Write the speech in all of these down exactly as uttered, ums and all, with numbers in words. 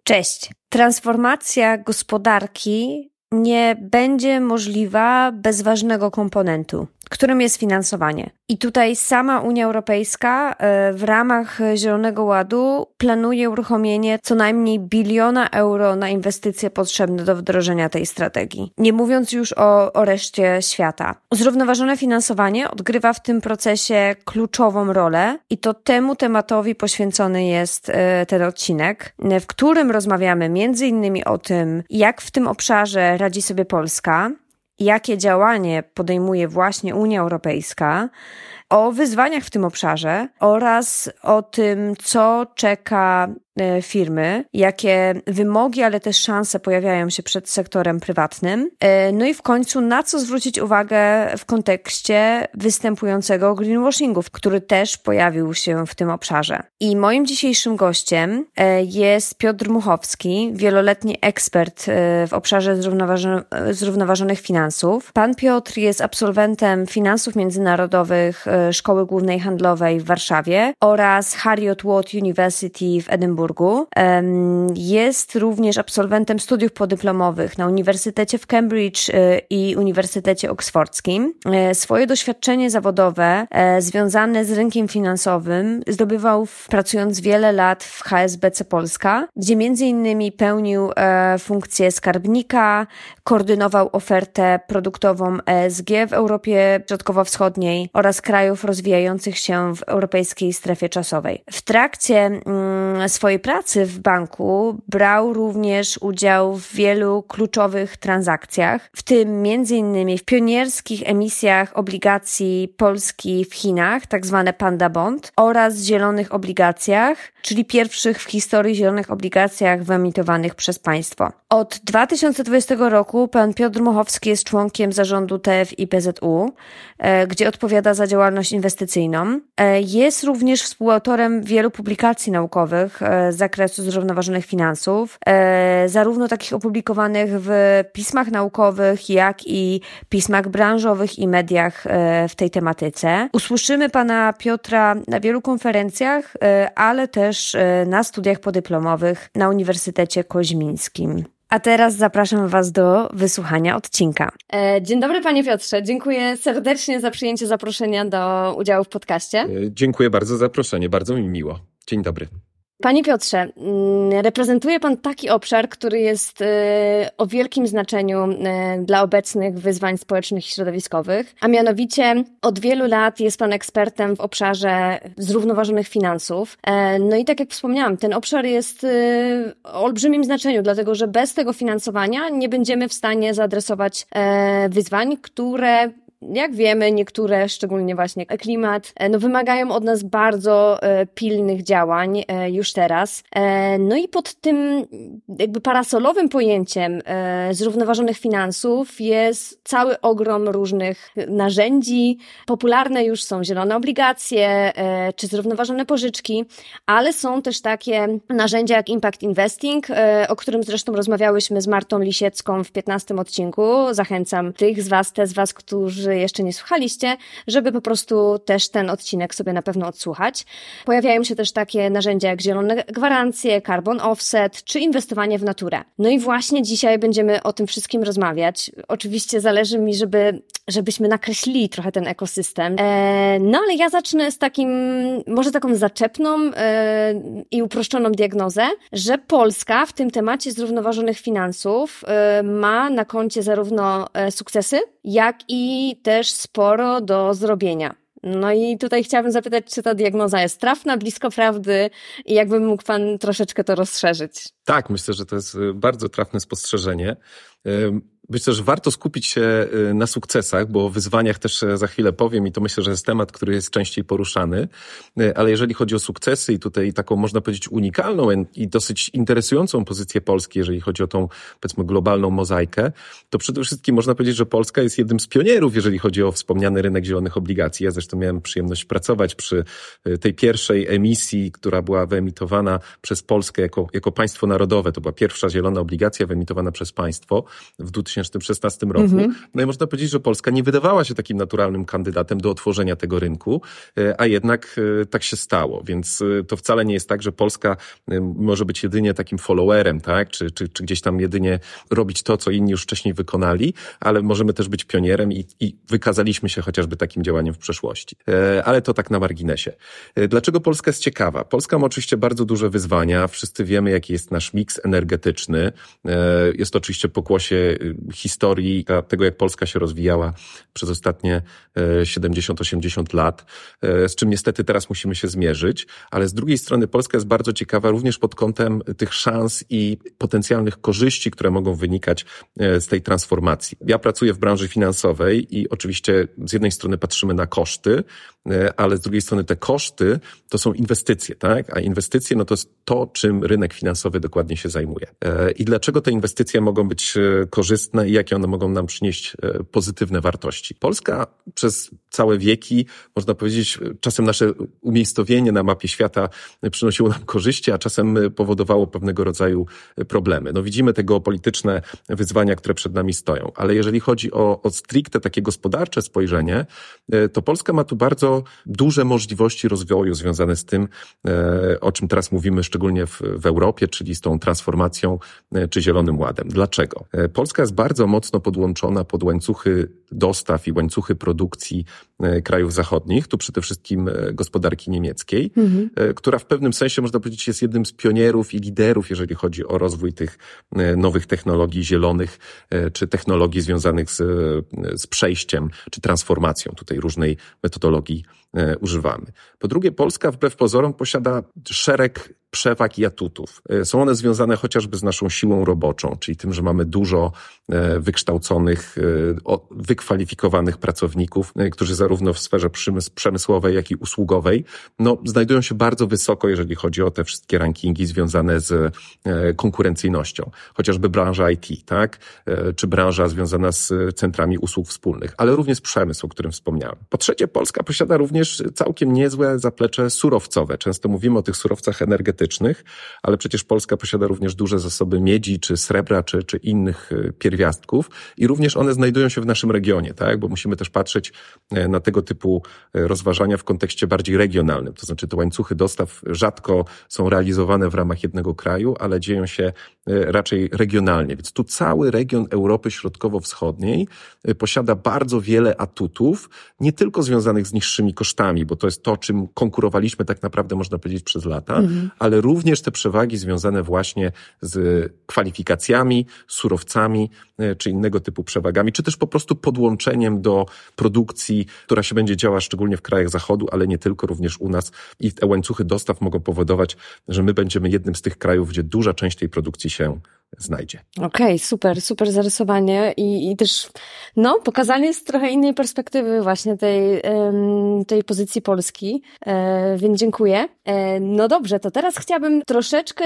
Cześć. Transformacja gospodarki nie będzie możliwa bez ważnego komponentu, którym jest finansowanie. I tutaj sama Unia Europejska w ramach Zielonego Ładu planuje uruchomienie co najmniej biliona euro na inwestycje potrzebne do wdrożenia tej strategii. Nie mówiąc już o, o reszcie świata. Zrównoważone finansowanie odgrywa w tym procesie kluczową rolę i to temu tematowi poświęcony jest ten odcinek, w którym rozmawiamy między innymi o tym, jak w tym obszarze radzi sobie Polska, jakie działanie podejmuje właśnie Unia Europejska, o wyzwaniach w tym obszarze oraz o tym, co czeka firmy, jakie wymogi, ale też szanse pojawiają się przed sektorem prywatnym. No i w końcu na co zwrócić uwagę w kontekście występującego greenwashingu, który też pojawił się w tym obszarze. I moim dzisiejszym gościem jest Piotr Dmuchowski, wieloletni ekspert w obszarze zrównoważonych, zrównoważonych finansów. Pan Piotr jest absolwentem finansów międzynarodowych Szkoły Głównej Handlowej w Warszawie oraz Heriot-Watt University w Edynburgu. Jest również absolwentem studiów podyplomowych na Uniwersytecie w Cambridge i Uniwersytecie Oksfordzkim. Swoje doświadczenie zawodowe związane z rynkiem finansowym zdobywał pracując wiele lat w H S B C Polska, gdzie między innymi pełnił funkcję skarbnika, koordynował ofertę produktową E S G w Europie Środkowo-Wschodniej oraz krajów rozwijających się w europejskiej strefie czasowej. W trakcie mm, swojej pracy w banku brał również udział w wielu kluczowych transakcjach, w tym między innymi w pionierskich emisjach obligacji Polski w Chinach, tak zwane Panda Bond, oraz zielonych obligacjach, czyli pierwszych w historii zielonych obligacjach wyemitowanych przez państwo. Od dwa tysiące dwudziestego roku pan Piotr Dmuchowski jest członkiem zarządu T F I P Z U, gdzie odpowiada za działalność inwestycyjną. Jest również współautorem wielu publikacji naukowych z zakresu zrównoważonych finansów, zarówno takich opublikowanych w pismach naukowych, jak i pismach branżowych i mediach w tej tematyce. Usłyszymy pana Piotra na wielu konferencjach, ale też na studiach podyplomowych na Uniwersytecie Koźmińskim. A teraz zapraszam was do wysłuchania odcinka. Dzień dobry panie Piotrze, dziękuję serdecznie za przyjęcie zaproszenia do udziału w podcaście. Dziękuję bardzo za zaproszenie, bardzo mi miło. Dzień dobry. Panie Piotrze, reprezentuje pan taki obszar, który jest o wielkim znaczeniu dla obecnych wyzwań społecznych i środowiskowych, a mianowicie od wielu lat jest pan ekspertem w obszarze zrównoważonych finansów. No i tak jak wspomniałam, ten obszar jest o olbrzymim znaczeniu, dlatego że bez tego finansowania nie będziemy w stanie zaadresować wyzwań, które jak wiemy, niektóre, szczególnie właśnie klimat, no wymagają od nas bardzo e, pilnych działań e, już teraz. E, no i pod tym jakby parasolowym pojęciem e, zrównoważonych finansów jest cały ogrom różnych narzędzi. Popularne już są zielone obligacje e, czy zrównoważone pożyczki, ale są też takie narzędzia jak Impact Investing, e, o którym zresztą rozmawiałyśmy z Martą Lisiecką w piętnastym odcinku. Zachęcam tych z was, te z was, którzy jeszcze nie słuchaliście, żeby po prostu też ten odcinek sobie na pewno odsłuchać. Pojawiają się też takie narzędzia jak zielone gwarancje, carbon offset czy inwestowanie w naturę. No i właśnie dzisiaj będziemy o tym wszystkim rozmawiać. Oczywiście zależy mi, żeby, żebyśmy nakreślili trochę ten ekosystem. E, no ale ja zacznę z takim, może taką zaczepną e, i uproszczoną diagnozę, że Polska w tym temacie zrównoważonych finansów e, ma na koncie zarówno e, sukcesy, jak i też sporo do zrobienia. No i tutaj chciałabym zapytać, czy ta diagnoza jest trafna, blisko prawdy i jakby mógł pan troszeczkę to rozszerzyć. Tak, myślę, że to jest bardzo trafne spostrzeżenie. Myślę, że warto skupić się na sukcesach, bo o wyzwaniach też za chwilę powiem i to myślę, że jest temat, który jest częściej poruszany. Ale jeżeli chodzi o sukcesy i tutaj taką, można powiedzieć, unikalną i dosyć interesującą pozycję Polski, jeżeli chodzi o tą, powiedzmy, globalną mozaikę, to przede wszystkim można powiedzieć, że Polska jest jednym z pionierów, jeżeli chodzi o wspomniany rynek zielonych obligacji. Ja zresztą miałem przyjemność pracować przy tej pierwszej emisji, która była wyemitowana przez Polskę jako, jako państwo narodowe. To była pierwsza zielona obligacja wyemitowana przez państwo w dwa tysiące tysiące szesnastym roku. Mm-hmm. No i można powiedzieć, że Polska nie wydawała się takim naturalnym kandydatem do otworzenia tego rynku, a jednak tak się stało. Więc to wcale nie jest tak, że Polska może być jedynie takim followerem, tak? Czy, czy, czy gdzieś tam jedynie robić to, co inni już wcześniej wykonali, ale możemy też być pionierem i, i wykazaliśmy się chociażby takim działaniem w przeszłości. Ale to tak na marginesie. Dlaczego Polska jest ciekawa? Polska ma oczywiście bardzo duże wyzwania. Wszyscy wiemy, jaki jest nasz miks energetyczny. Jest to oczywiście pokłosie historii tego, jak Polska się rozwijała przez ostatnie siedemdziesiąt osiemdziesiąt lat, z czym niestety teraz musimy się zmierzyć, ale z drugiej strony Polska jest bardzo ciekawa również pod kątem tych szans i potencjalnych korzyści, które mogą wynikać z tej transformacji. Ja pracuję w branży finansowej i oczywiście z jednej strony patrzymy na koszty, ale z drugiej strony te koszty to są inwestycje, tak? A inwestycje no to jest to, czym rynek finansowy dokładnie się zajmuje. I dlaczego te inwestycje mogą być korzystne i jakie one mogą nam przynieść pozytywne wartości. Polska przez całe wieki, można powiedzieć, czasem nasze umiejscowienie na mapie świata przynosiło nam korzyści, a czasem powodowało pewnego rodzaju problemy. No widzimy te geopolityczne wyzwania, które przed nami stoją, ale jeżeli chodzi o, o stricte takie gospodarcze spojrzenie, to Polska ma tu bardzo duże możliwości rozwoju związane z tym, o czym teraz mówimy szczególnie w, w Europie, czyli z tą transformacją czy Zielonym Ładem. Dlaczego? Polska jest bardzo mocno podłączona pod łańcuchy dostaw i łańcuchy produkcji krajów zachodnich, tu przede wszystkim gospodarki niemieckiej, mhm. która w pewnym sensie, można powiedzieć, jest jednym z pionierów i liderów, jeżeli chodzi o rozwój tych nowych technologii zielonych, czy technologii związanych z, z przejściem, czy transformacją. Tutaj różnej metodologii używamy. Po drugie, Polska wbrew pozorom posiada szereg przewag i atutów. Są one związane chociażby z naszą siłą roboczą, czyli tym, że mamy dużo wykształconych, wykwalifikowanych pracowników, którzy zarówno w sferze przemysłowej, jak i usługowej, no, znajdują się bardzo wysoko, jeżeli chodzi o te wszystkie rankingi związane z konkurencyjnością. Chociażby branża I T, tak? Czy branża związana z centrami usług wspólnych, ale również przemysł, o którym wspomniałem. Po trzecie, Polska posiada również całkiem niezłe zaplecze surowcowe. Często mówimy o tych surowcach energetycznych, ale przecież Polska posiada również duże zasoby miedzi, czy srebra, czy, czy innych pierwiastków i również one znajdują się w naszym regionie, tak? Bo musimy też patrzeć na tego typu rozważania w kontekście bardziej regionalnym. To znaczy te łańcuchy dostaw rzadko są realizowane w ramach jednego kraju, ale dzieją się raczej regionalnie. Więc tu cały region Europy Środkowo-Wschodniej posiada bardzo wiele atutów, nie tylko związanych z niższymi kosztami, bo to jest to, czym konkurowaliśmy tak naprawdę, można powiedzieć, przez lata, mhm. ale również te przewagi związane właśnie z kwalifikacjami, surowcami, czy innego typu przewagami, czy też po prostu podłączeniem do produkcji, która się będzie działa szczególnie w krajach Zachodu, ale nie tylko, również u nas. I te łańcuchy dostaw mogą powodować, że my będziemy jednym z tych krajów, gdzie duża część tej produkcji się znajdzie. Okej, okay, super, super zarysowanie i, i też no, pokazanie z trochę innej perspektywy właśnie tej, tej pozycji Polski, więc dziękuję. No dobrze, to teraz chciałabym troszeczkę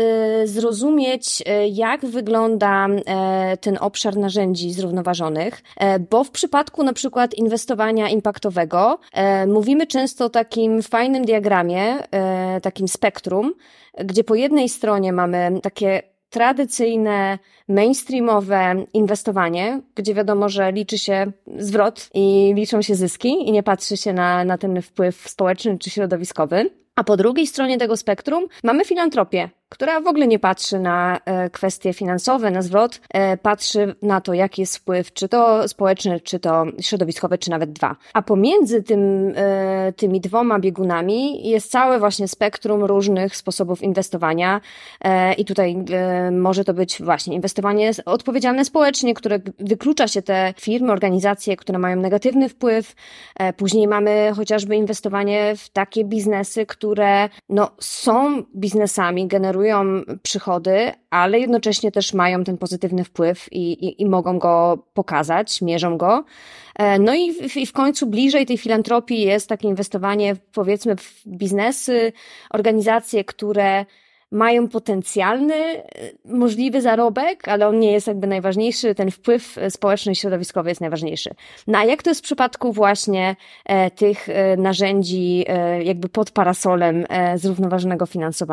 zrozumieć, jak wygląda ten obszar narzędzi zrównoważonych, bo w przypadku na przykład inwestowania impaktowego mówimy często o takim fajnym diagramie, takim spektrum, gdzie po jednej stronie mamy takie tradycyjne, mainstreamowe inwestowanie, gdzie wiadomo, że liczy się zwrot i liczą się zyski i nie patrzy się na, na ten wpływ społeczny czy środowiskowy. A po drugiej stronie tego spektrum mamy filantropię, która w ogóle nie patrzy na e, kwestie finansowe, na zwrot, e, patrzy na to, jaki jest wpływ, czy to społeczny, czy to środowiskowy, czy nawet dwa. A pomiędzy tym, e, tymi dwoma biegunami jest całe właśnie spektrum różnych sposobów inwestowania e, i tutaj e, może to być właśnie inwestowanie odpowiedzialne społecznie, które wyklucza się te firmy, organizacje, które mają negatywny wpływ. E, później mamy chociażby inwestowanie w takie biznesy, które no, są biznesami, generują przychody, ale jednocześnie też mają ten pozytywny wpływ i, i, i mogą go pokazać, mierzą go. No i w, i w końcu bliżej tej filantropii jest takie inwestowanie powiedzmy w biznesy, organizacje, które mają potencjalny, możliwy zarobek, ale on nie jest jakby najważniejszy, ten wpływ społeczny i środowiskowy jest najważniejszy. No a jak to jest w przypadku właśnie tych narzędzi jakby pod parasolem zrównoważonego finansowania?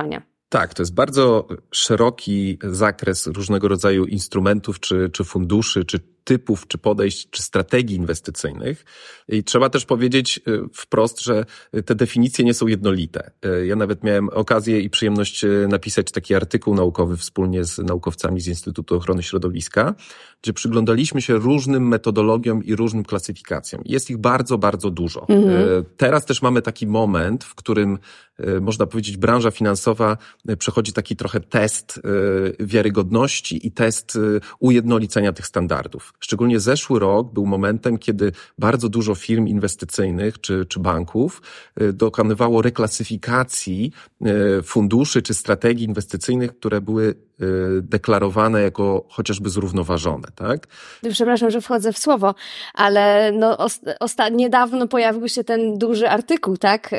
Tak, to jest bardzo szeroki zakres różnego rodzaju instrumentów, czy, czy funduszy, czy typów, czy podejść, czy strategii inwestycyjnych. I trzeba też powiedzieć wprost, że te definicje nie są jednolite. Ja nawet miałem okazję i przyjemność napisać taki artykuł naukowy wspólnie z naukowcami z Instytutu Ochrony Środowiska, gdzie przyglądaliśmy się różnym metodologiom i różnym klasyfikacjom. Jest ich bardzo, bardzo dużo. Mhm. Teraz też mamy taki moment, w którym można powiedzieć, branża finansowa przechodzi taki trochę test wiarygodności i test ujednolicenia tych standardów. Szczególnie zeszły rok był momentem, kiedy bardzo dużo firm inwestycyjnych czy, czy banków dokonywało reklasyfikacji funduszy czy strategii inwestycyjnych, które były deklarowane jako chociażby zrównoważone, tak? Przepraszam, że wchodzę w słowo, ale no osta- niedawno pojawił się ten duży artykuł, tak,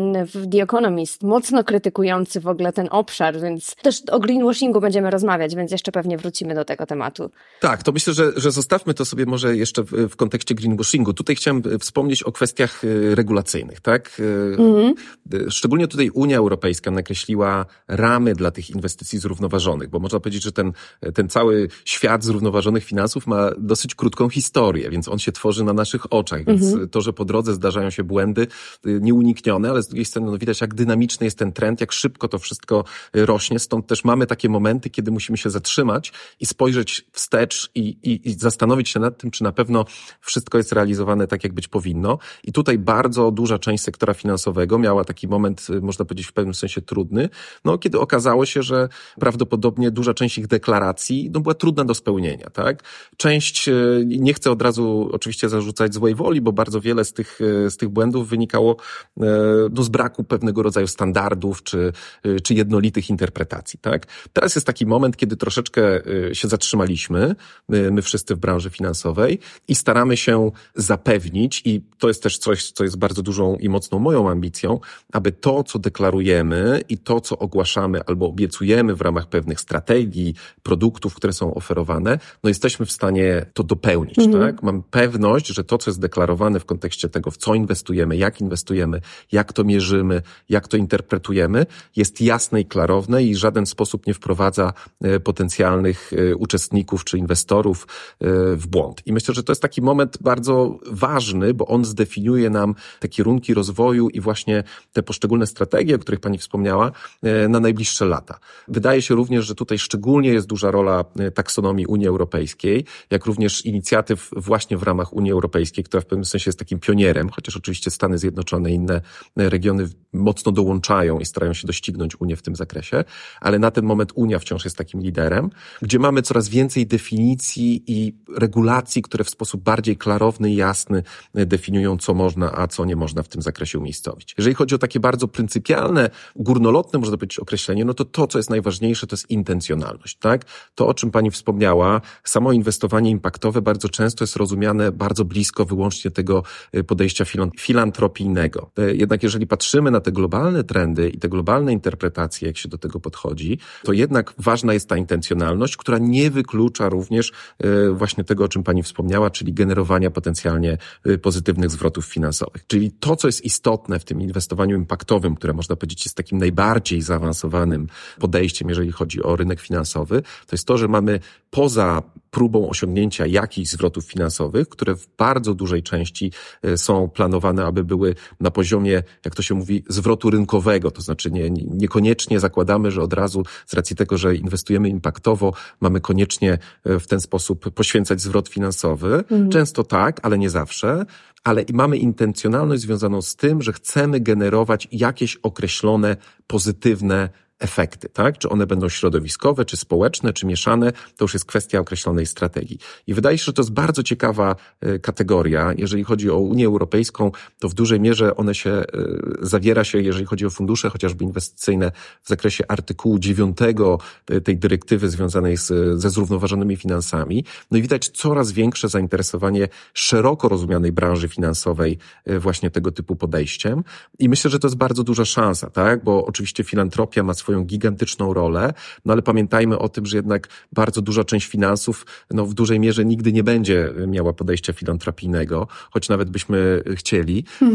w The Economist, mocno krytykujący w ogóle ten obszar, więc też o greenwashingu będziemy rozmawiać, więc jeszcze pewnie wrócimy do tego tematu. Tak, to myślę, że, że zostawmy to sobie może jeszcze w, w kontekście greenwashingu. Tutaj chciałem wspomnieć o kwestiach regulacyjnych, tak? Mhm. Szczególnie tutaj Unia Europejska nakreśliła ramy dla tych inwestycji zrównoważonych, bo można powiedzieć, że ten, ten cały świat zrównoważonych finansów ma dosyć krótką historię, więc on się tworzy na naszych oczach, więc mhm. to, że po drodze zdarzają się błędy nieuniknione, ale z drugiej strony no, widać, jak dynamiczny jest ten trend, jak szybko to wszystko rośnie, stąd też mamy takie momenty, kiedy musimy się zatrzymać i spojrzeć wstecz i, i, i zastanowić się nad tym, czy na pewno wszystko jest realizowane tak, jak być powinno. I tutaj bardzo duża część sektora finansowego miała taki moment, można powiedzieć, w pewnym sensie trudny, no kiedy okazało się, że prawdopodobnie duża część ich deklaracji no, była trudna do spełnienia, tak? Część, nie chcę od razu oczywiście zarzucać złej woli, bo bardzo wiele z tych, z tych błędów wynikało no, z braku pewnego rodzaju standardów czy, czy jednolitych interpretacji, tak? Teraz jest taki moment, kiedy troszeczkę się zatrzymaliśmy, my wszyscy w branży finansowej i staramy się zapewnić, i to jest też coś, co jest bardzo dużą i mocną moją ambicją, aby to, co deklarujemy i to, co ogłaszamy albo obiecujemy w ramach pewnych strategii, produktów, które są oferowane, no jesteśmy w stanie to dopełnić, mhm. tak? Mam pewność, że to, co jest deklarowane w kontekście tego, w co inwestujemy, jak inwestujemy, jak to mierzymy, jak to interpretujemy, jest jasne i klarowne i w żaden sposób nie wprowadza potencjalnych uczestników czy inwestorów w błąd. I myślę, że to jest taki moment bardzo ważny, bo on zdefiniuje nam te kierunki rozwoju i właśnie te poszczególne strategie, o których Pani wspomniała, na najbliższe lata. Wydaje się również, że tutaj szczególnie jest duża rola taksonomii Unii Europejskiej, jak również inicjatyw właśnie w ramach Unii Europejskiej, która w pewnym sensie jest takim pionierem, chociaż oczywiście Stany Zjednoczone i inne regiony mocno dołączają i starają się doścignąć Unię w tym zakresie, ale na ten moment Unia wciąż jest takim liderem, gdzie mamy coraz więcej definicji i regulacji, które w sposób bardziej klarowny i jasny definiują, co można, a co nie można w tym zakresie umiejscowić. Jeżeli chodzi o takie bardzo pryncypialne, górnolotne, można powiedzieć, określenie, no to to, co jest najważniejsze, to jest intencjonalność, tak? To, o czym Pani wspomniała, samo inwestowanie impaktowe bardzo często jest rozumiane bardzo blisko wyłącznie tego podejścia filantropijnego. Jednak jeżeli patrzymy na te globalne trendy i te globalne interpretacje, jak się do tego podchodzi, to jednak ważna jest ta intencjonalność, która nie wyklucza również właśnie tego, o czym Pani wspomniała, czyli generowania potencjalnie pozytywnych zwrotów finansowych. Czyli to, co jest istotne w tym inwestowaniu impaktowym, które można powiedzieć jest takim najbardziej zaawansowanym podejściem, jeżeli chodzi o rynek finansowy, to jest to, że mamy poza próbą osiągnięcia jakichś zwrotów finansowych, które w bardzo dużej części są planowane, aby były na poziomie, jak to się mówi, zwrotu rynkowego, to znaczy nie, niekoniecznie zakładamy, że od razu z racji tego, że inwestujemy impaktowo, mamy koniecznie w ten sposób poświęcać zwrot finansowy. Mhm. Często tak, ale nie zawsze. Ale i mamy intencjonalność związaną z tym, że chcemy generować jakieś określone pozytywne efekty, tak? Czy one będą środowiskowe, czy społeczne, czy mieszane, to już jest kwestia określonej strategii. I wydaje się, że to jest bardzo ciekawa kategoria. Jeżeli chodzi o Unię Europejską, to w dużej mierze one się, zawiera się, jeżeli chodzi o fundusze chociażby inwestycyjne, w zakresie artykułu dziewiątego tej dyrektywy związanej z, ze zrównoważonymi finansami. No i widać coraz większe zainteresowanie szeroko rozumianej branży finansowej właśnie tego typu podejściem. I myślę, że to jest bardzo duża szansa, tak? Bo oczywiście filantropia ma swoją gigantyczną rolę, no ale pamiętajmy o tym, że jednak bardzo duża część finansów, no w dużej mierze nigdy nie będzie miała podejścia filantropijnego, choć nawet byśmy chcieli, mhm. więc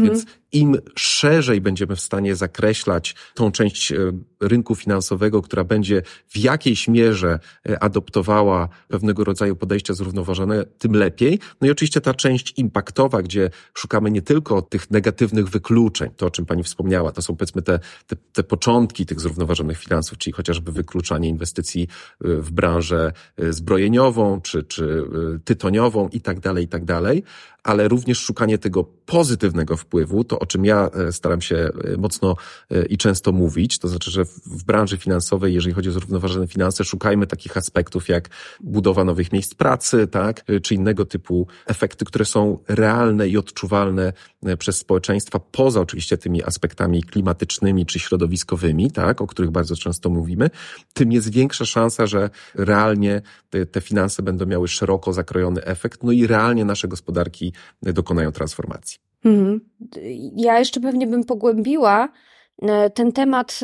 Im szerzej będziemy w stanie zakreślać tą część rynku finansowego, która będzie w jakiejś mierze adoptowała pewnego rodzaju podejście zrównoważone, tym lepiej. No i oczywiście ta część impaktowa, gdzie szukamy nie tylko tych negatywnych wykluczeń, to o czym pani wspomniała, to są powiedzmy te, te, te początki tych zrównoważonych finansów, czyli chociażby wykluczanie inwestycji w branżę zbrojeniową, czy, czy tytoniową i tak dalej, i tak dalej, ale również szukanie tego pozytywnego wpływu, to o czym ja staram się mocno i często mówić, to znaczy, że w branży finansowej, jeżeli chodzi o zrównoważone finanse, szukajmy takich aspektów jak budowa nowych miejsc pracy, tak, czy innego typu efekty, które są realne i odczuwalne przez społeczeństwa, poza oczywiście tymi aspektami klimatycznymi czy środowiskowymi, tak, o których bardzo często mówimy, tym jest większa szansa, że realnie te, te finanse będą miały szeroko zakrojony efekt, no i realnie nasze gospodarki dokonają transformacji. Mhm. Ja jeszcze pewnie bym pogłębiła ten temat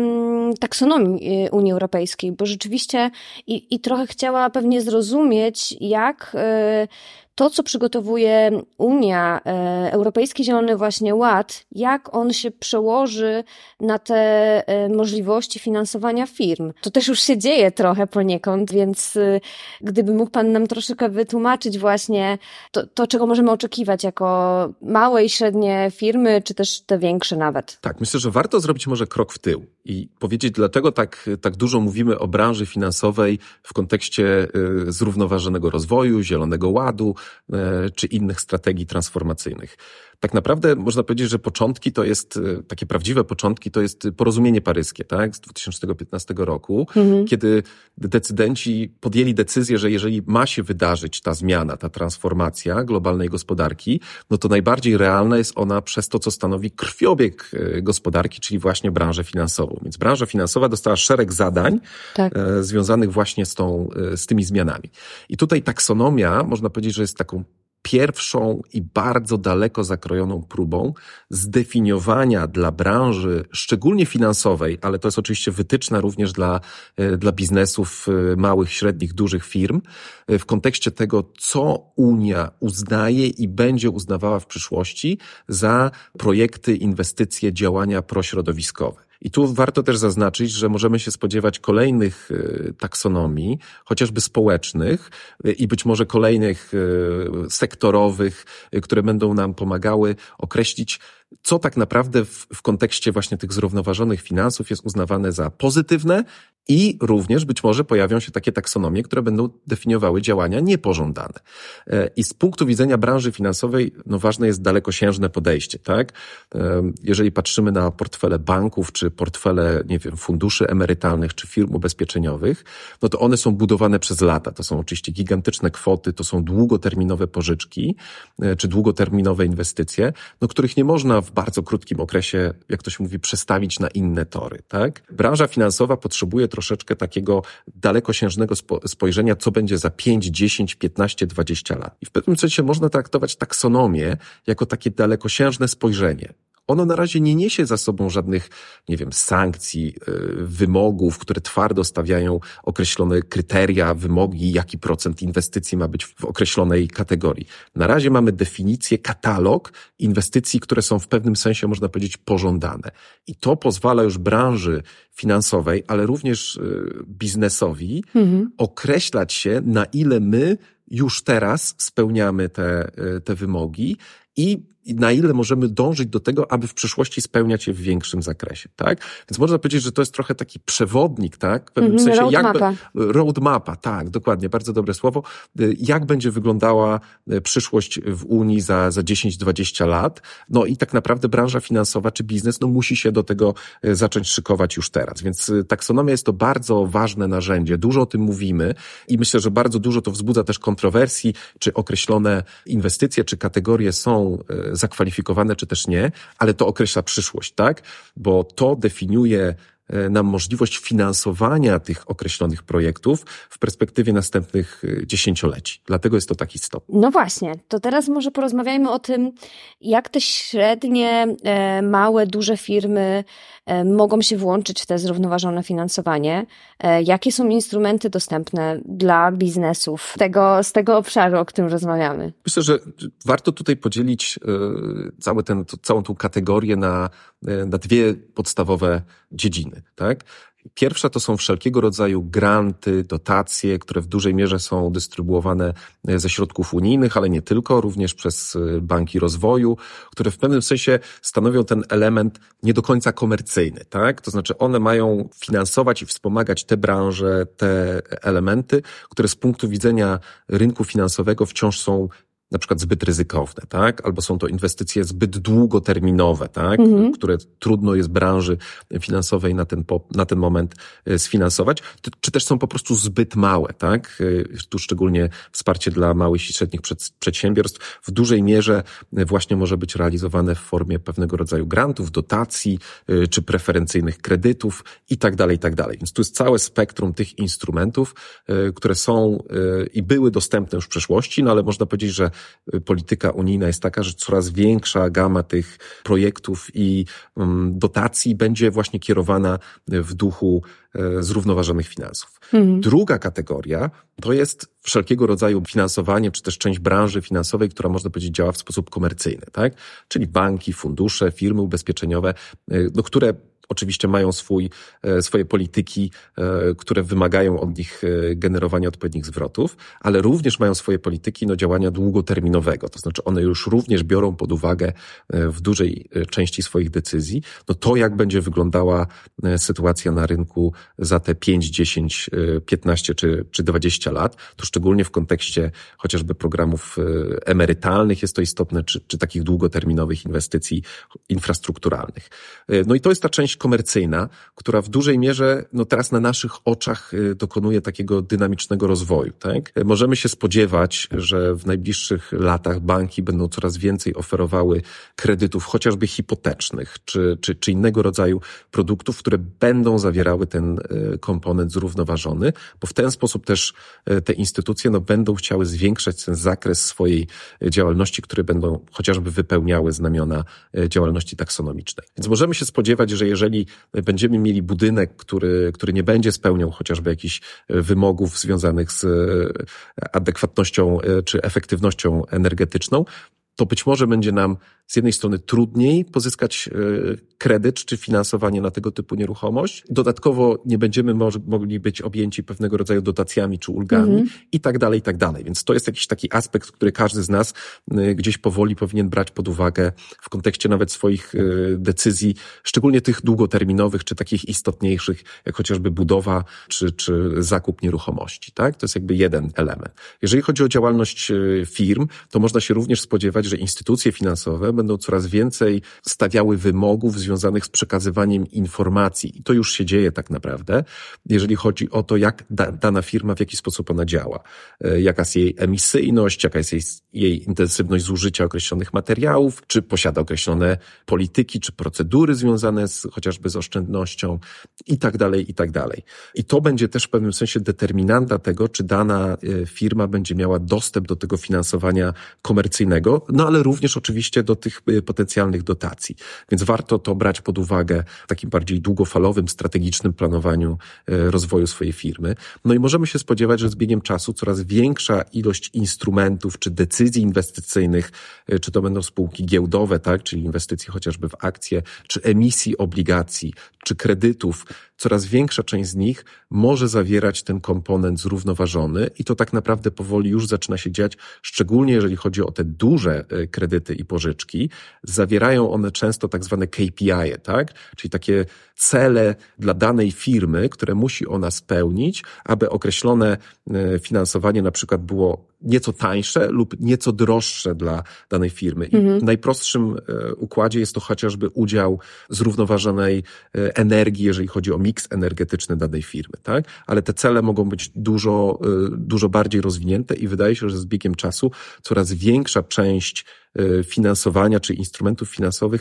taksonomii Unii Europejskiej, bo rzeczywiście i, i trochę chciała pewnie zrozumieć, jak to, co przygotowuje Unia, Europejski Zielony właśnie Ład, jak on się przełoży na te możliwości finansowania firm. To też już się dzieje trochę poniekąd, więc gdyby mógł Pan nam troszeczkę wytłumaczyć właśnie to, to, czego możemy oczekiwać jako małe i średnie firmy, czy też te większe nawet. Tak, myślę, że warto zrobić może krok w tył i powiedzieć, dlatego tak, tak dużo mówimy o branży finansowej w kontekście zrównoważonego rozwoju, Zielonego Ładu, czy innych strategii transformacyjnych. Tak naprawdę można powiedzieć, że początki to jest, takie prawdziwe początki to jest porozumienie paryskie, tak, z dwa tysiące piętnastego roku, mhm. kiedy decydenci podjęli decyzję, że jeżeli ma się wydarzyć ta zmiana, ta transformacja globalnej gospodarki, no to najbardziej realna jest ona przez to, co stanowi krwiobieg gospodarki, czyli właśnie branżę finansową. Więc branża finansowa dostała szereg zadań tak. związanych właśnie z tą, z tymi zmianami. I tutaj taksonomia, można powiedzieć, że jest taką pierwszą i bardzo daleko zakrojoną próbą zdefiniowania dla branży, szczególnie finansowej, ale to jest oczywiście wytyczna również dla, dla biznesów małych, średnich, dużych firm, w kontekście tego, co Unia uznaje i będzie uznawała w przyszłości za projekty, inwestycje, działania prośrodowiskowe. I tu warto też zaznaczyć, że możemy się spodziewać kolejnych taksonomii, chociażby społecznych i być może kolejnych sektorowych, które będą nam pomagały określić, co tak naprawdę w, w kontekście właśnie tych zrównoważonych finansów jest uznawane za pozytywne i również być może pojawią się takie taksonomie, które będą definiowały działania niepożądane. I z punktu widzenia branży finansowej, no ważne jest dalekosiężne podejście, tak? Jeżeli patrzymy na portfele banków, czy portfele, nie wiem, funduszy emerytalnych, czy firm ubezpieczeniowych, no to one są budowane przez lata. To są oczywiście gigantyczne kwoty, to są długoterminowe pożyczki, czy długoterminowe inwestycje, no których nie można w bardzo krótkim okresie, jak to się mówi, przestawić na inne tory, tak? Branża finansowa potrzebuje troszeczkę takiego dalekosiężnego spojrzenia, co będzie za pięć, dziesięć, piętnaście, dwadzieścia lat. I w pewnym sensie można traktować taksonomię jako takie dalekosiężne spojrzenie. Ono na razie nie niesie za sobą żadnych, nie wiem, sankcji, wymogów, które twardo stawiają określone kryteria, wymogi, jaki procent inwestycji ma być w określonej kategorii. Na razie mamy definicję, katalog inwestycji, które są w pewnym sensie, można powiedzieć, pożądane. I to pozwala już branży finansowej, ale również biznesowi mhm. określać się, na ile my już teraz spełniamy te, te wymogi i i na ile możemy dążyć do tego, aby w przyszłości spełniać je w większym zakresie, tak? Więc można powiedzieć, że to jest trochę taki przewodnik, tak? W pewnym mm, sensie roadmapa. jakby roadmapa, tak, dokładnie, bardzo dobre słowo. Jak będzie wyglądała przyszłość w Unii za, za dziesięć dwadzieścia lat? No i tak naprawdę branża finansowa czy biznes, no musi się do tego zacząć szykować już teraz. Więc taksonomia jest to bardzo ważne narzędzie. Dużo o tym mówimy i myślę, że bardzo dużo to wzbudza też kontrowersji, czy określone inwestycje, czy kategorie są zakwalifikowane, czy też nie, ale to określa przyszłość, tak? Bo to definiuje nam możliwość finansowania tych określonych projektów w perspektywie następnych dziesięcioleci. Dlatego jest to tak istotne. No właśnie, to teraz może porozmawiajmy o tym, jak te średnie, małe, duże firmy mogą się włączyć w te zrównoważone finansowanie. Jakie są instrumenty dostępne dla biznesów tego, z tego obszaru, o którym rozmawiamy? Myślę, że warto tutaj podzielić cały ten, całą tą kategorię na, na dwie podstawowe dziedziny, tak? Pierwsza to są wszelkiego rodzaju granty, dotacje, które w dużej mierze są dystrybuowane ze środków unijnych, ale nie tylko, również przez banki rozwoju, które w pewnym sensie stanowią ten element nie do końca komercyjny, tak? To znaczy one mają finansować i wspomagać te branże, te elementy, które z punktu widzenia rynku finansowego wciąż są na przykład zbyt ryzykowne, tak? Albo są to inwestycje zbyt długoterminowe, tak? Mhm. Które trudno jest branży finansowej na ten, po, na ten moment sfinansować, czy też są po prostu zbyt małe, tak? Tu szczególnie wsparcie dla małych i średnich przedsiębiorstw w dużej mierze właśnie może być realizowane w formie pewnego rodzaju grantów, dotacji, czy preferencyjnych kredytów i tak dalej, i tak dalej. Więc tu jest całe spektrum tych instrumentów, które są i były dostępne już w przeszłości, no ale można powiedzieć, że polityka unijna jest taka, że coraz większa gama tych projektów i dotacji będzie właśnie kierowana w duchu zrównoważonych finansów. Mhm. Druga kategoria to jest wszelkiego rodzaju finansowanie, czy też część branży finansowej, która można powiedzieć działa w sposób komercyjny, tak? Czyli banki, fundusze, firmy ubezpieczeniowe, no, które oczywiście mają swój, swoje polityki, które wymagają od nich generowania odpowiednich zwrotów, ale również mają swoje polityki no, działania długoterminowego. To znaczy one już również biorą pod uwagę w dużej części swoich decyzji no to, jak będzie wyglądała sytuacja na rynku za te pięć, dziesięć, piętnaście czy, czy dwadzieścia lat. To szczególnie w kontekście chociażby programów emerytalnych jest to istotne, czy, czy takich długoterminowych inwestycji infrastrukturalnych. No i to jest ta część komercyjna, która w dużej mierze no teraz na naszych oczach dokonuje takiego dynamicznego rozwoju. Tak? Możemy się spodziewać, że w najbliższych latach banki będą coraz więcej oferowały kredytów chociażby hipotecznych, czy, czy, czy innego rodzaju produktów, które będą zawierały ten komponent zrównoważony, bo w ten sposób też te instytucje no, będą chciały zwiększać ten zakres swojej działalności, które będą chociażby wypełniały znamiona działalności taksonomicznej. Więc możemy się spodziewać, że jeżeli będziemy mieli budynek, który, który nie będzie spełniał chociażby jakichś wymogów związanych z adekwatnością czy efektywnością energetyczną, to być może będzie nam z jednej strony trudniej pozyskać kredyt czy finansowanie na tego typu nieruchomość. Dodatkowo nie będziemy może, mogli być objęci pewnego rodzaju dotacjami czy ulgami mm-hmm. i tak dalej, i tak dalej. Więc to jest jakiś taki aspekt, który każdy z nas gdzieś powoli powinien brać pod uwagę w kontekście nawet swoich decyzji, szczególnie tych długoterminowych czy takich istotniejszych, jak chociażby budowa czy, czy zakup nieruchomości. Tak? To jest jakby jeden element. Jeżeli chodzi o działalność firm, to można się również spodziewać, że instytucje finansowe będą coraz więcej stawiały wymogów związanych z przekazywaniem informacji. I to już się dzieje tak naprawdę, jeżeli chodzi o to, jak da, dana firma, w jaki sposób ona działa. Jaka jest jej emisyjność, jaka jest jej, jej intensywność zużycia określonych materiałów, czy posiada określone polityki, czy procedury związane z, chociażby z oszczędnością i tak dalej, i tak dalej. I to będzie też w pewnym sensie determinanta tego, czy dana firma będzie miała dostęp do tego finansowania komercyjnego, no ale również oczywiście do tych potencjalnych dotacji. Więc warto to brać pod uwagę w takim bardziej długofalowym, strategicznym planowaniu rozwoju swojej firmy. No i możemy się spodziewać, że z biegiem czasu coraz większa ilość instrumentów czy decyzji inwestycyjnych, czy to będą spółki giełdowe, tak, czyli inwestycje chociażby w akcje, czy emisji obligacji, czy kredytów, coraz większa część z nich może zawierać ten komponent zrównoważony i to tak naprawdę powoli już zaczyna się dziać, szczególnie jeżeli chodzi o te duże kredyty i pożyczki. Zawierają one często tak zwane K P I, tak? Czyli takie cele dla danej firmy, które musi ona spełnić, aby określone finansowanie na przykład było nieco tańsze lub nieco droższe dla danej firmy. I mhm. w najprostszym układzie jest to chociażby udział zrównoważonej energii, jeżeli chodzi o miks energetyczny danej firmy, tak? Ale te cele mogą być dużo, dużo bardziej rozwinięte i wydaje się, że z biegiem czasu coraz większa część finansowania czy instrumentów finansowych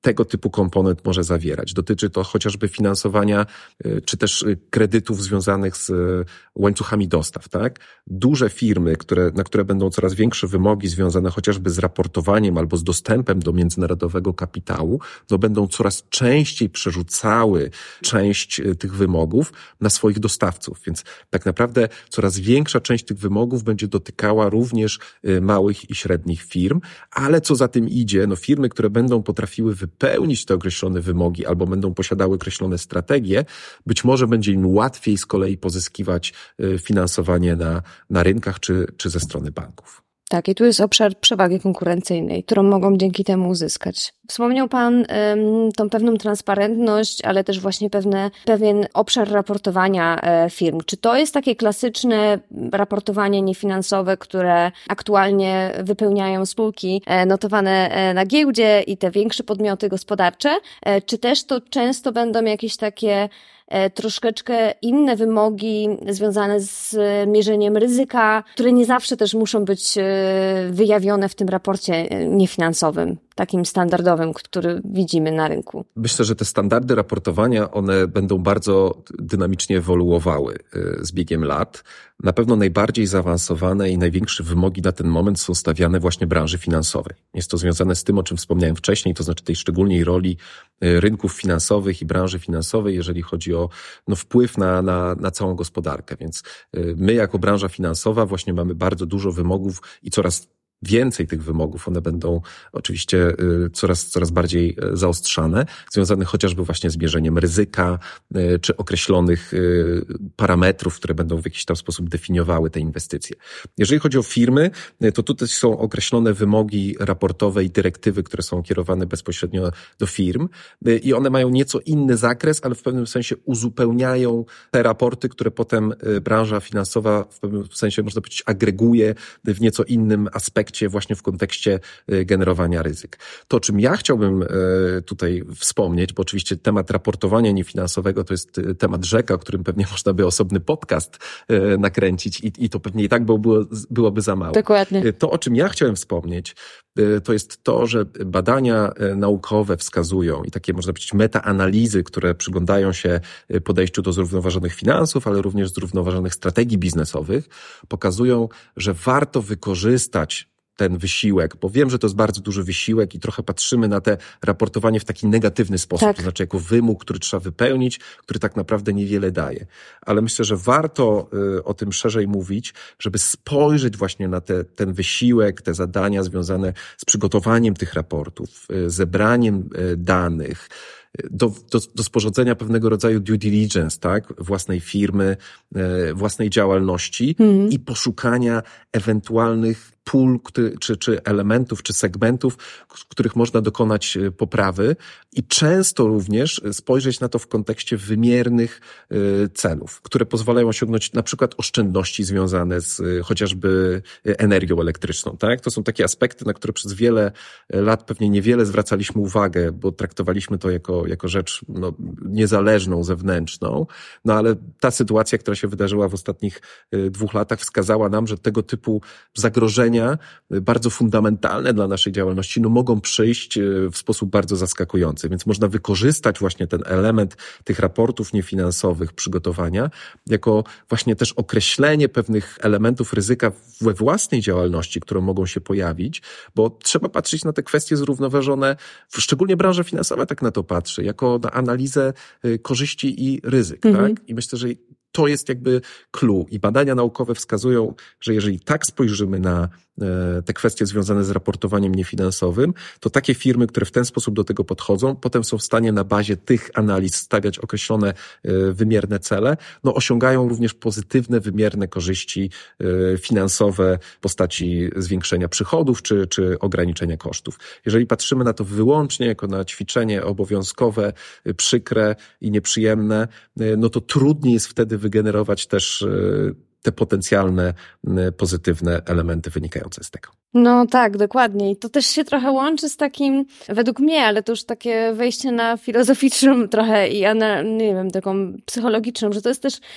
tego typu komponent może zawierać. Dotyczy to chociażby finansowania czy też kredytów związanych z łańcuchami dostaw, tak? Duże firmy, które, na które będą coraz większe wymogi związane chociażby z raportowaniem albo z dostępem do międzynarodowego kapitału, no będą coraz częściej przerzucały część tych wymogów na swoich dostawców. Więc tak naprawdę coraz większa część tych wymogów będzie dotykała również małych i średnich firm, ale co za tym idzie, no firmy, które będą potrafiły wypełnić te określone wymogi albo będą posiadały określone strategie, być może będzie im łatwiej z kolei pozyskiwać finansowanie na, na rynkach czy, czy ze strony banków. Tak, i tu jest obszar przewagi konkurencyjnej, którą mogą dzięki temu uzyskać. Wspomniał Pan ym, tą pewną transparentność, ale też właśnie pewne, pewien obszar raportowania e, firm. Czy to jest takie klasyczne raportowanie niefinansowe, które aktualnie wypełniają spółki e, notowane e, na giełdzie i te większe podmioty gospodarcze? E, czy też to często będą jakieś takie troszeczkę inne wymogi związane z mierzeniem ryzyka, które nie zawsze też muszą być wyjawione w tym raporcie niefinansowym, takim standardowym, który widzimy na rynku? Myślę, że te standardy raportowania, one będą bardzo dynamicznie ewoluowały z biegiem lat. Na pewno najbardziej zaawansowane i największe wymogi na ten moment są stawiane właśnie branży finansowej. Jest to związane z tym, o czym wspomniałem wcześniej, to znaczy tej szczególnej roli rynków finansowych i branży finansowej, jeżeli chodzi o no, wpływ na, na, na całą gospodarkę. Więc my jako branża finansowa właśnie mamy bardzo dużo wymogów i coraz więcej tych wymogów, one będą oczywiście coraz, coraz bardziej zaostrzane, związane chociażby właśnie z mierzeniem ryzyka, czy określonych parametrów, które będą w jakiś tam sposób definiowały te inwestycje. Jeżeli chodzi o firmy, to tutaj są określone wymogi raportowe i dyrektywy, które są kierowane bezpośrednio do firm i one mają nieco inny zakres, ale w pewnym sensie uzupełniają te raporty, które potem branża finansowa w pewnym sensie, można powiedzieć, agreguje w nieco innym aspekcie właśnie w kontekście generowania ryzyk. To, o czym ja chciałbym tutaj wspomnieć, bo oczywiście temat raportowania niefinansowego to jest temat rzeka, o którym pewnie można by osobny podcast nakręcić i, i to pewnie i tak było, byłoby za mało. Dokładnie. To, o czym ja chciałem wspomnieć, to jest to, że badania naukowe wskazują i takie, można powiedzieć, metaanalizy, które przyglądają się podejściu do zrównoważonych finansów, ale również zrównoważonych strategii biznesowych, pokazują, że warto wykorzystać ten wysiłek, bo wiem, że to jest bardzo duży wysiłek i trochę patrzymy na te raportowanie w taki negatywny sposób, tak. To znaczy jako wymóg, który trzeba wypełnić, który tak naprawdę niewiele daje. Ale myślę, że warto y, o tym szerzej mówić, żeby spojrzeć właśnie na te, ten wysiłek, te zadania związane z przygotowaniem tych raportów, y, zebraniem y, danych, Do, do, do sporządzenia pewnego rodzaju due diligence, tak, własnej firmy, e, własnej działalności mm. i poszukania ewentualnych pól, czy, czy elementów, czy segmentów, w których można dokonać poprawy i często również spojrzeć na to w kontekście wymiernych celów, które pozwalają osiągnąć na przykład oszczędności związane z chociażby energią elektryczną, tak? To są takie aspekty, na które przez wiele lat pewnie niewiele zwracaliśmy uwagę, bo traktowaliśmy to jako, jako rzecz no, niezależną, zewnętrzną, no ale ta sytuacja, która się wydarzyła w ostatnich dwóch latach, wskazała nam, że tego typu zagrożenia bardzo fundamentalne dla naszej działalności, no mogą przyjść w sposób bardzo zaskakujący. Więc można wykorzystać właśnie ten element tych raportów niefinansowych przygotowania jako właśnie też określenie pewnych elementów ryzyka we własnej działalności, które mogą się pojawić, bo trzeba patrzeć na te kwestie zrównoważone, szczególnie branża finansowa tak na to patrzy, jako na analizę korzyści i ryzyk, mhm. tak? I myślę, że to jest jakby clue i badania naukowe wskazują, że jeżeli tak spojrzymy na te kwestie związane z raportowaniem niefinansowym, to takie firmy, które w ten sposób do tego podchodzą, potem są w stanie na bazie tych analiz stawiać określone wymierne cele, no osiągają również pozytywne, wymierne korzyści finansowe w postaci zwiększenia przychodów czy, czy ograniczenia kosztów. Jeżeli patrzymy na to wyłącznie jako na ćwiczenie obowiązkowe, przykre i nieprzyjemne, no to trudniej jest wtedy wygenerować też te potencjalne pozytywne elementy wynikające z tego. No tak, dokładnie. I to też się trochę łączy z takim, według mnie, ale to już takie wejście na filozoficzną trochę i, nie wiem, taką psychologiczną, że to jest też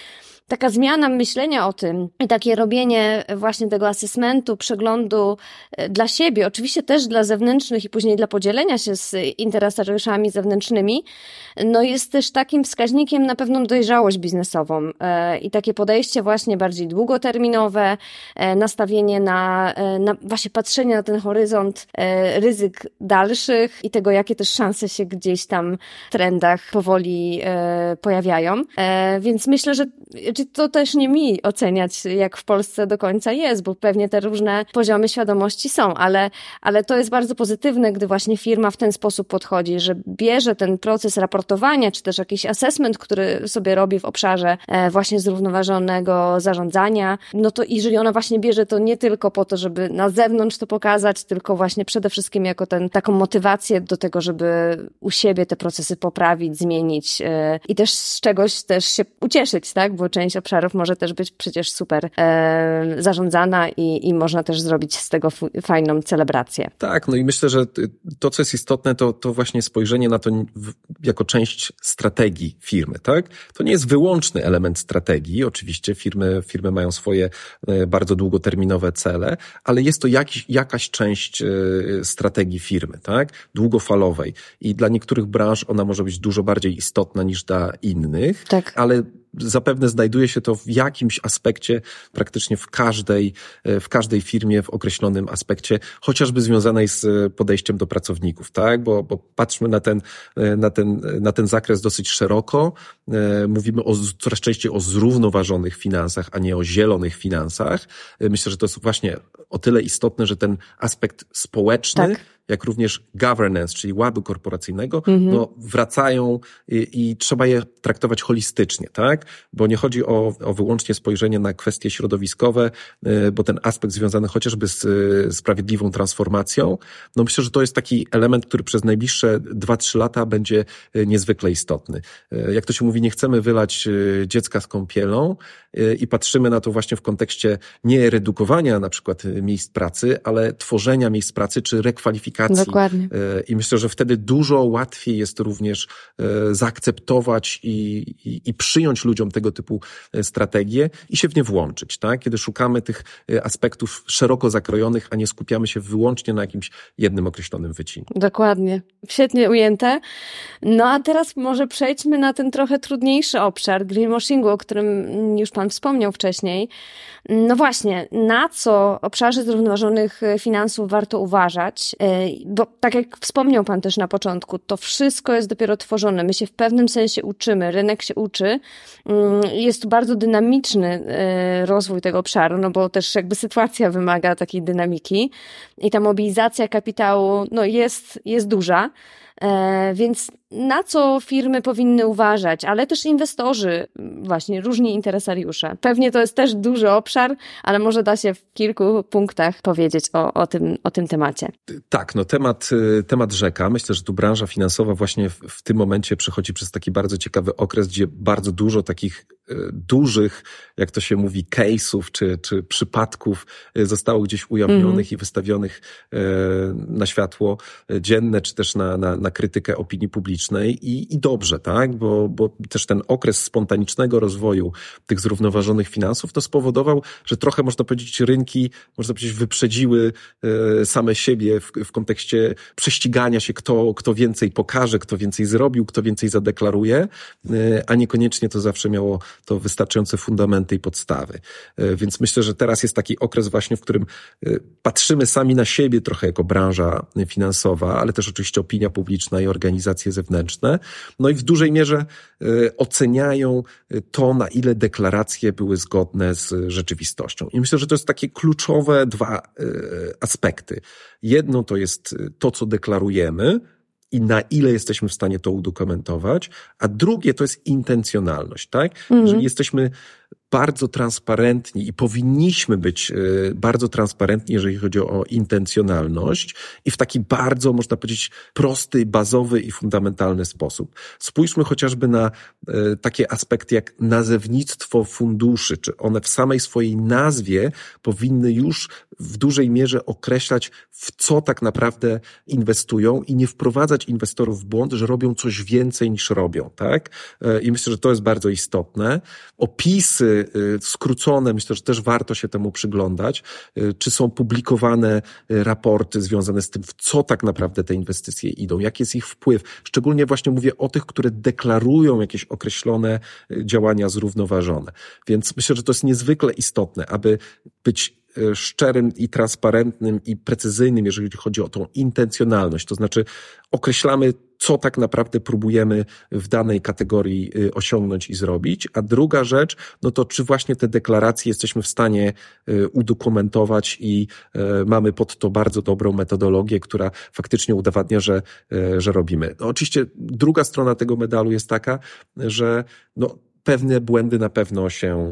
taka zmiana myślenia o tym i takie robienie właśnie tego assessmentu, przeglądu dla siebie, oczywiście też dla zewnętrznych i później dla podzielenia się z interesariuszami zewnętrznymi, no jest też takim wskaźnikiem na pewną dojrzałość biznesową i takie podejście właśnie bardziej długoterminowe, nastawienie na, na właśnie patrzenie na ten horyzont ryzyk dalszych i tego, jakie też szanse się gdzieś tam w trendach powoli pojawiają. Więc myślę, że to też nie mi oceniać, jak w Polsce do końca jest, bo pewnie te różne poziomy świadomości są, ale, ale to jest bardzo pozytywne, gdy właśnie firma w ten sposób podchodzi, że bierze ten proces raportowania, czy też jakiś assessment, który sobie robi w obszarze właśnie zrównoważonego zarządzania, no to jeżeli ona właśnie bierze to nie tylko po to, żeby na zewnątrz to pokazać, tylko właśnie przede wszystkim jako ten, taką motywację do tego, żeby u siebie te procesy poprawić, zmienić i też z czegoś też się ucieszyć, tak? Bo część obszarów może też być przecież super e, zarządzana i, i można też zrobić z tego f- fajną celebrację. Tak, no i myślę, że to, co jest istotne, to, to właśnie spojrzenie na to w, jako część strategii firmy, tak? To nie jest wyłączny element strategii, oczywiście firmy, firmy mają swoje e, bardzo długoterminowe cele, ale jest to jakiś, jakaś część e, strategii firmy, tak? Długofalowej i dla niektórych branż ona może być dużo bardziej istotna niż dla innych, tak. Ale zapewne znajduje się to w jakimś aspekcie, praktycznie w każdej, w każdej firmie, w określonym aspekcie, chociażby związanej z podejściem do pracowników, tak? Bo, bo patrzmy na ten, na ten, na ten zakres dosyć szeroko. Mówimy o, coraz częściej o zrównoważonych finansach, a nie o zielonych finansach. Myślę, że to jest właśnie o tyle istotne, że ten aspekt społeczny, tak, jak również governance, czyli ładu korporacyjnego, mhm. no, wracają i, i trzeba je traktować holistycznie, tak? Bo nie chodzi o, o wyłącznie spojrzenie na kwestie środowiskowe, bo ten aspekt związany chociażby z sprawiedliwą transformacją, no myślę, że to jest taki element, który przez najbliższe dwa trzy lata będzie niezwykle istotny. Jak to się mówi, nie chcemy wylać dziecka z kąpielą i patrzymy na to właśnie w kontekście nie redukowania na przykład miejsc pracy, ale tworzenia miejsc pracy czy rekwalifikacji. Dokładnie. I myślę, że wtedy dużo łatwiej jest również zaakceptować i, i, i przyjąć ludziom tego typu strategie i się w nie włączyć, tak? Kiedy szukamy tych aspektów szeroko zakrojonych, a nie skupiamy się wyłącznie na jakimś jednym określonym wycinku. Dokładnie. Świetnie ujęte. No a teraz może przejdźmy na ten trochę trudniejszy obszar greenwashingu, o którym już Pan wspomniał wcześniej. No właśnie, na co w obszarze zrównoważonych finansów warto uważać? Bo tak jak wspomniał Pan też na początku, to wszystko jest dopiero tworzone. My się w pewnym sensie uczymy, rynek się uczy. Jest tu bardzo dynamiczny rozwój tego obszaru, no bo też jakby sytuacja wymaga takiej dynamiki i ta mobilizacja kapitału no jest, jest duża. Więc na co firmy powinny uważać, ale też inwestorzy, właśnie różni interesariusze. Pewnie to jest też duży obszar, ale może da się w kilku punktach powiedzieć o, o, tym, o tym temacie. Tak, no temat, temat rzeka. Myślę, że tu branża finansowa właśnie w, w tym momencie przechodzi przez taki bardzo ciekawy okres, gdzie bardzo dużo takich dużych, jak to się mówi, case'ów czy, czy przypadków zostało gdzieś ujawnionych mm. i wystawionych na światło dzienne, czy też na, na, na krytykę opinii publicznej i, i dobrze, tak? Bo, bo też ten okres spontanicznego rozwoju tych zrównoważonych finansów to spowodował, że trochę można powiedzieć rynki, można powiedzieć wyprzedziły same siebie w, w kontekście prześcigania się, kto, kto więcej pokaże, kto więcej zrobił, kto więcej zadeklaruje, a niekoniecznie to zawsze miało to wystarczające fundamenty i podstawy. Więc myślę, że teraz jest taki okres właśnie, w którym patrzymy sami na siebie trochę jako branża finansowa, ale też oczywiście opinia publiczna i organizacje zewnętrzne. No i w dużej mierze oceniają to, na ile deklaracje były zgodne z rzeczywistością. I myślę, że to jest takie kluczowe dwa aspekty. Jedno to jest to, co deklarujemy, i na ile jesteśmy w stanie to udokumentować, a drugie to jest intencjonalność, tak? Mhm. Jeżeli jesteśmy bardzo transparentni i powinniśmy być bardzo transparentni, jeżeli chodzi o intencjonalność i w taki bardzo, można powiedzieć, prosty, bazowy i fundamentalny sposób. Spójrzmy chociażby na takie aspekty jak nazewnictwo funduszy, czy one w samej swojej nazwie powinny już w dużej mierze określać, w co tak naprawdę inwestują i nie wprowadzać inwestorów w błąd, że robią coś więcej niż robią, tak? I myślę, że to jest bardzo istotne. Opisy kursy skrócone, myślę, że też warto się temu przyglądać. Czy są publikowane raporty związane z tym, w co tak naprawdę te inwestycje idą, jaki jest ich wpływ. Szczególnie właśnie mówię o tych, które deklarują jakieś określone działania zrównoważone. Więc myślę, że to jest niezwykle istotne, aby być szczerym i transparentnym i precyzyjnym, jeżeli chodzi o tą intencjonalność. To znaczy określamy, co tak naprawdę próbujemy w danej kategorii osiągnąć i zrobić. A druga rzecz, no to czy właśnie te deklaracje jesteśmy w stanie udokumentować i mamy pod to bardzo dobrą metodologię, która faktycznie udowadnia, że, że robimy. No oczywiście druga strona tego medalu jest taka, że no pewne błędy na pewno się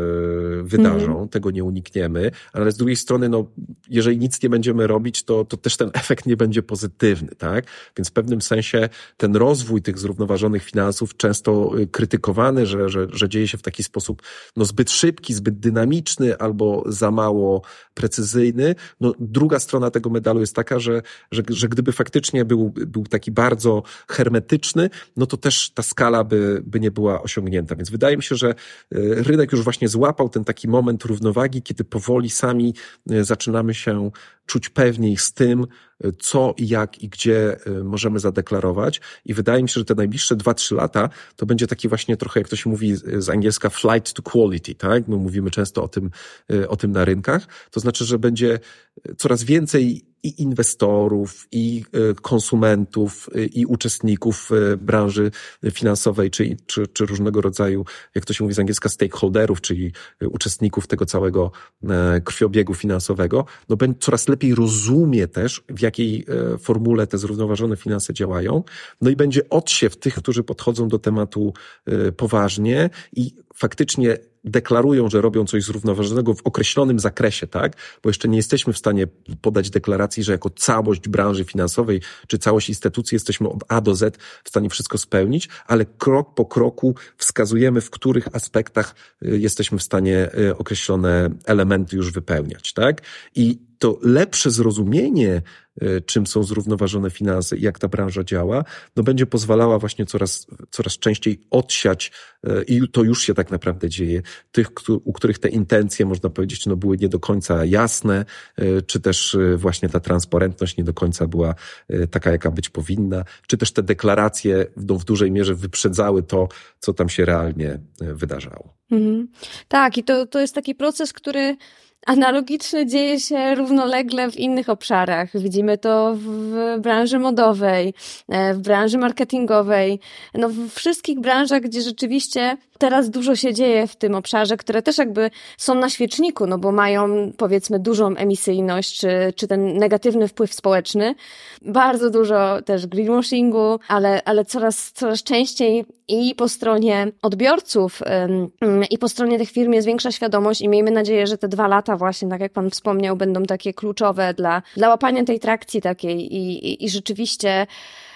y, wydarzą, mm. tego nie unikniemy, ale z drugiej strony, no, jeżeli nic nie będziemy robić, to, to też ten efekt nie będzie pozytywny, tak? Więc w pewnym sensie ten rozwój tych zrównoważonych finansów często krytykowany, że, że, że dzieje się w taki sposób no, zbyt szybki, zbyt dynamiczny albo za mało precyzyjny. No, druga strona tego medalu jest taka, że, że, że gdyby faktycznie był, był taki bardzo hermetyczny, no to też ta skala by, by nie była osiągnięta. Więc wydaje mi się, że rynek już właśnie złapał ten taki moment równowagi, kiedy powoli sami zaczynamy się czuć pewniej z tym, co i jak i gdzie możemy zadeklarować. I wydaje mi się, że te najbliższe dwa trzy lata to będzie taki właśnie trochę, jak to się mówi z angielska, flight to quality, tak? My mówimy często o tym, o tym na rynkach. To znaczy, że będzie coraz więcej i inwestorów, i konsumentów, i uczestników branży finansowej, czy, czy, czy różnego rodzaju, jak to się mówi z angielska, stakeholderów, czyli uczestników tego całego krwiobiegu finansowego, no będzie coraz lepiej rozumie też, w jakiej formule te zrównoważone finanse działają, no i będzie odsiew tych, którzy podchodzą do tematu poważnie i faktycznie deklarują, że robią coś zrównoważonego w określonym zakresie, tak? Bo jeszcze nie jesteśmy w stanie podać deklaracji, że jako całość branży finansowej, czy całość instytucji jesteśmy od A do Z w stanie wszystko spełnić, ale krok po kroku wskazujemy, w których aspektach jesteśmy w stanie określone elementy już wypełniać, tak? I to lepsze zrozumienie, czym są zrównoważone finanse i jak ta branża działa, no będzie pozwalała właśnie coraz, coraz częściej odsiać, i to już się tak naprawdę dzieje, tych, u których te intencje, można powiedzieć, no były nie do końca jasne, czy też właśnie ta transparentność nie do końca była taka, jaka być powinna, czy też te deklaracje no, w dużej mierze wyprzedzały to, co tam się realnie wydarzało. Mhm. Tak, i to, to jest taki proces, który analogiczny dzieje się równolegle w innych obszarach. Widzimy to w branży modowej, w branży marketingowej, no w wszystkich branżach, gdzie rzeczywiście teraz dużo się dzieje w tym obszarze, które też jakby są na świeczniku, no bo mają powiedzmy dużą emisyjność, czy, czy ten negatywny wpływ społeczny. Bardzo dużo też greenwashingu, ale, ale coraz, coraz częściej i po stronie odbiorców, ym, i po stronie tych firm jest większa świadomość i miejmy nadzieję, że te dwa lata właśnie, tak jak pan wspomniał, będą takie kluczowe dla, dla łapania tej trakcji takiej i, i, i rzeczywiście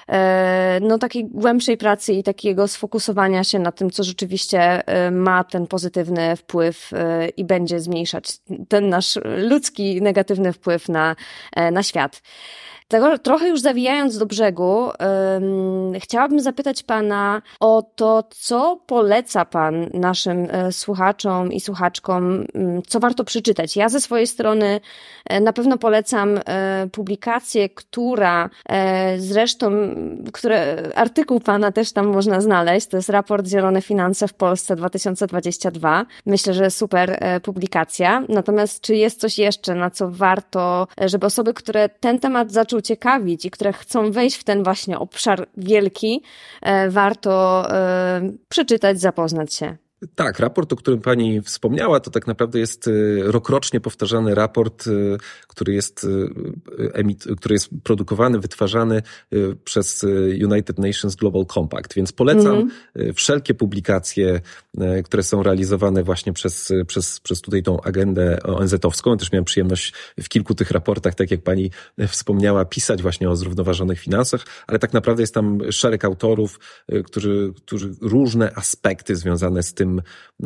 no takiej głębszej pracy i takiego sfokusowania się na tym, co rzeczywiście ma ten pozytywny wpływ i będzie zmniejszać ten nasz ludzki negatywny wpływ na, na świat. Tego, trochę już zawijając do brzegu, um, chciałabym zapytać pana o to, co poleca pan naszym e, słuchaczom i słuchaczkom, um, co warto przeczytać. Ja ze swojej strony e, na pewno polecam e, publikację, która e, zresztą, które, artykuł pana też tam można znaleźć, to jest raport Zielone Finanse w Polsce dwa tysiące dwudziesty drugi. Myślę, że super e, publikacja. Natomiast czy jest coś jeszcze, na co warto, żeby osoby, które ten temat zaczął ciekawić i które chcą wejść w ten właśnie obszar wielki, e, warto e, przeczytać, zapoznać się? Tak, raport, o którym pani wspomniała, to tak naprawdę jest rokrocznie powtarzany raport, który jest, emit, który jest produkowany, wytwarzany przez United Nations Global Compact, więc polecam mm-hmm. wszelkie publikacje, które są realizowane właśnie przez, przez, przez tutaj tą agendę O N Z-owską. Też miałem przyjemność w kilku tych raportach, tak jak pani wspomniała, pisać właśnie o zrównoważonych finansach, ale tak naprawdę jest tam szereg autorów, którzy, którzy różne aspekty związane z tym tym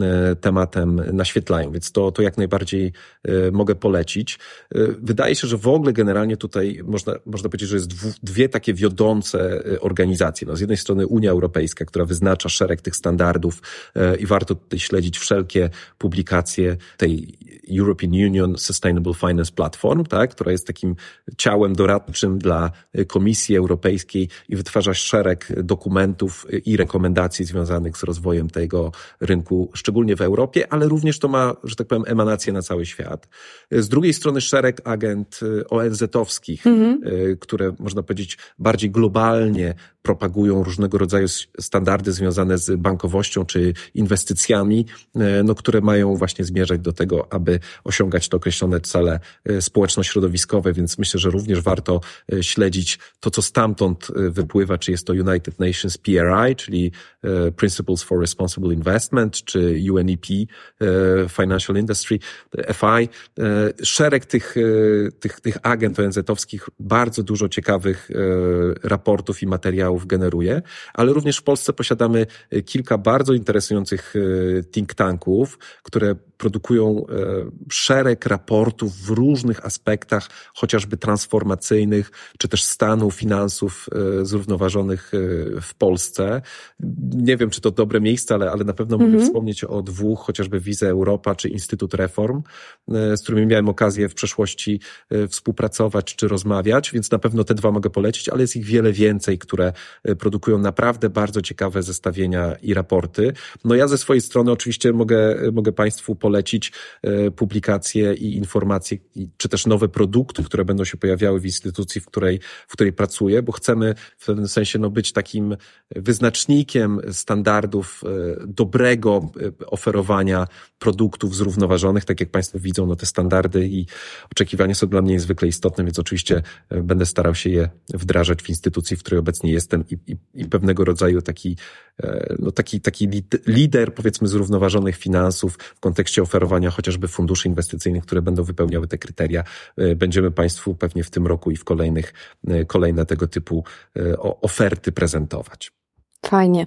tematem naświetlają, więc to, to jak najbardziej mogę polecić. Wydaje się, że w ogóle generalnie tutaj można, można powiedzieć, że jest dwu, dwie takie wiodące organizacje. No, z jednej strony Unia Europejska, która wyznacza szereg tych standardów i warto tutaj śledzić wszelkie publikacje tej European Union Sustainable Finance Platform, tak, która jest takim ciałem doradczym dla Komisji Europejskiej i wytwarza szereg dokumentów i rekomendacji związanych z rozwojem tego rynku, szczególnie w Europie, ale również to ma, że tak powiem, emanację na cały świat. Z drugiej strony szereg agent O N Z-owskich, mhm. które, można powiedzieć, bardziej globalnie propagują różnego rodzaju standardy związane z bankowością czy inwestycjami, no, które mają właśnie zmierzać do tego, aby osiągać te określone cele społeczno-środowiskowe, więc myślę, że również warto śledzić to, co stamtąd wypływa, czy jest to United Nations P R I, czyli Principles for Responsible Investment, czy U N E P, Financial Industry, F I. Szereg tych, tych, tych agent O N Z-owskich bardzo dużo ciekawych raportów i materiałów generuje, ale również w Polsce posiadamy kilka bardzo interesujących think tanków, które produkują szereg raportów w różnych aspektach, chociażby transformacyjnych, czy też stanu finansów zrównoważonych w Polsce. Nie wiem, czy to dobre miejsce, ale, ale na pewno mm-hmm. mogę wspomnieć o dwóch, chociażby Wize Europa, czy Instytut Reform, z którymi miałem okazję w przeszłości współpracować, czy rozmawiać, więc na pewno te dwa mogę polecić, ale jest ich wiele więcej, które produkują naprawdę bardzo ciekawe zestawienia i raporty. No ja ze swojej strony oczywiście mogę, mogę Państwu polecić publikacje i informacje, czy też nowe produkty, które będą się pojawiały w instytucji, w której, w której pracuję, bo chcemy w pewnym sensie no, być takim wyznacznikiem standardów dobrego oferowania produktów zrównoważonych. Tak jak Państwo widzą, no te standardy i oczekiwania są dla mnie niezwykle istotne, więc oczywiście będę starał się je wdrażać w instytucji, w której obecnie jestem i, i, i pewnego rodzaju taki, no taki, taki lider, powiedzmy, zrównoważonych finansów w kontekście oferowania chociażby funduszy inwestycyjnych, które będą wypełniały te kryteria. Będziemy Państwu pewnie w tym roku i w kolejnych, kolejne tego typu oferty prezentować. Fajnie.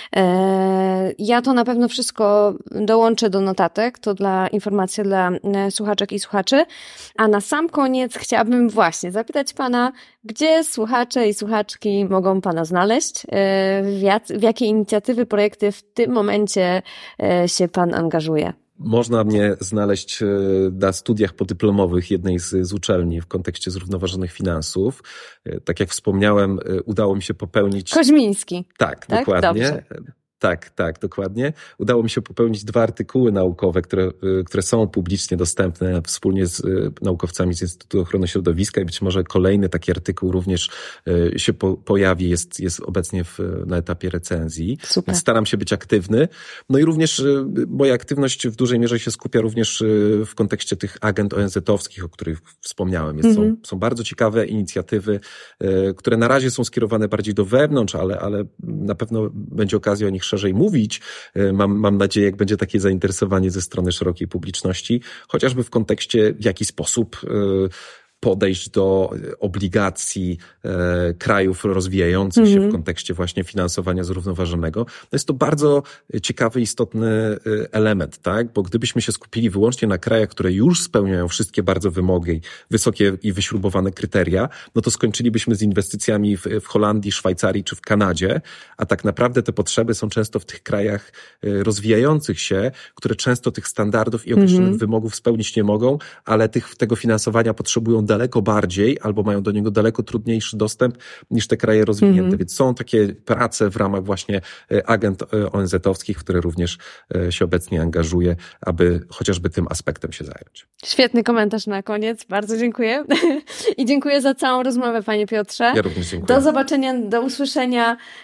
Ja to na pewno wszystko dołączę do notatek, to dla informacji dla słuchaczek i słuchaczy. A na sam koniec chciałabym właśnie zapytać Pana, gdzie słuchacze i słuchaczki mogą Pana znaleźć? W, jak, w jakie inicjatywy, projekty w tym momencie się Pan angażuje? Można mnie znaleźć na studiach podyplomowych jednej z, z uczelni w kontekście zrównoważonych finansów. Tak jak wspomniałem, udało mi się popełnić... Koźmiński. Tak, tak? Dokładnie. Dobrze. Tak, tak, dokładnie. Udało mi się popełnić dwa artykuły naukowe, które, które są publicznie dostępne wspólnie z naukowcami z Instytutu Ochrony Środowiska i być może kolejny taki artykuł również się po, pojawi, jest, jest obecnie w, na etapie recenzji. Super. Staram się być aktywny. No i również moja aktywność w dużej mierze się skupia również w kontekście tych agent O N Z-owskich, o których wspomniałem. Jest, mm-hmm. są, są bardzo ciekawe inicjatywy, które na razie są skierowane bardziej do wewnątrz, ale, ale na pewno będzie okazja o nich szerzej mówić. Mam, mam nadzieję, jak będzie takie zainteresowanie ze strony szerokiej publiczności, chociażby w kontekście, w jaki sposób podejść do obligacji e, krajów rozwijających się mm-hmm. w kontekście właśnie finansowania zrównoważonego. No jest to bardzo ciekawy, istotny element, tak? Bo gdybyśmy się skupili wyłącznie na krajach, które już spełniają wszystkie bardzo wymogi, wysokie i wyśrubowane kryteria, no to skończylibyśmy z inwestycjami w, w Holandii, Szwajcarii czy w Kanadzie, a tak naprawdę te potrzeby są często w tych krajach rozwijających się, które często tych standardów i określonych mm-hmm. wymogów spełnić nie mogą, ale tych, tego finansowania potrzebują daleko bardziej, albo mają do niego daleko trudniejszy dostęp niż te kraje rozwinięte. Mm-hmm. Więc są takie prace w ramach właśnie agent O N Z-owskich, które również się obecnie angażuje, aby chociażby tym aspektem się zająć. Świetny komentarz na koniec. Bardzo dziękuję. I dziękuję za całą rozmowę, Panie Piotrze. Ja również dziękuję. Do zobaczenia, do usłyszenia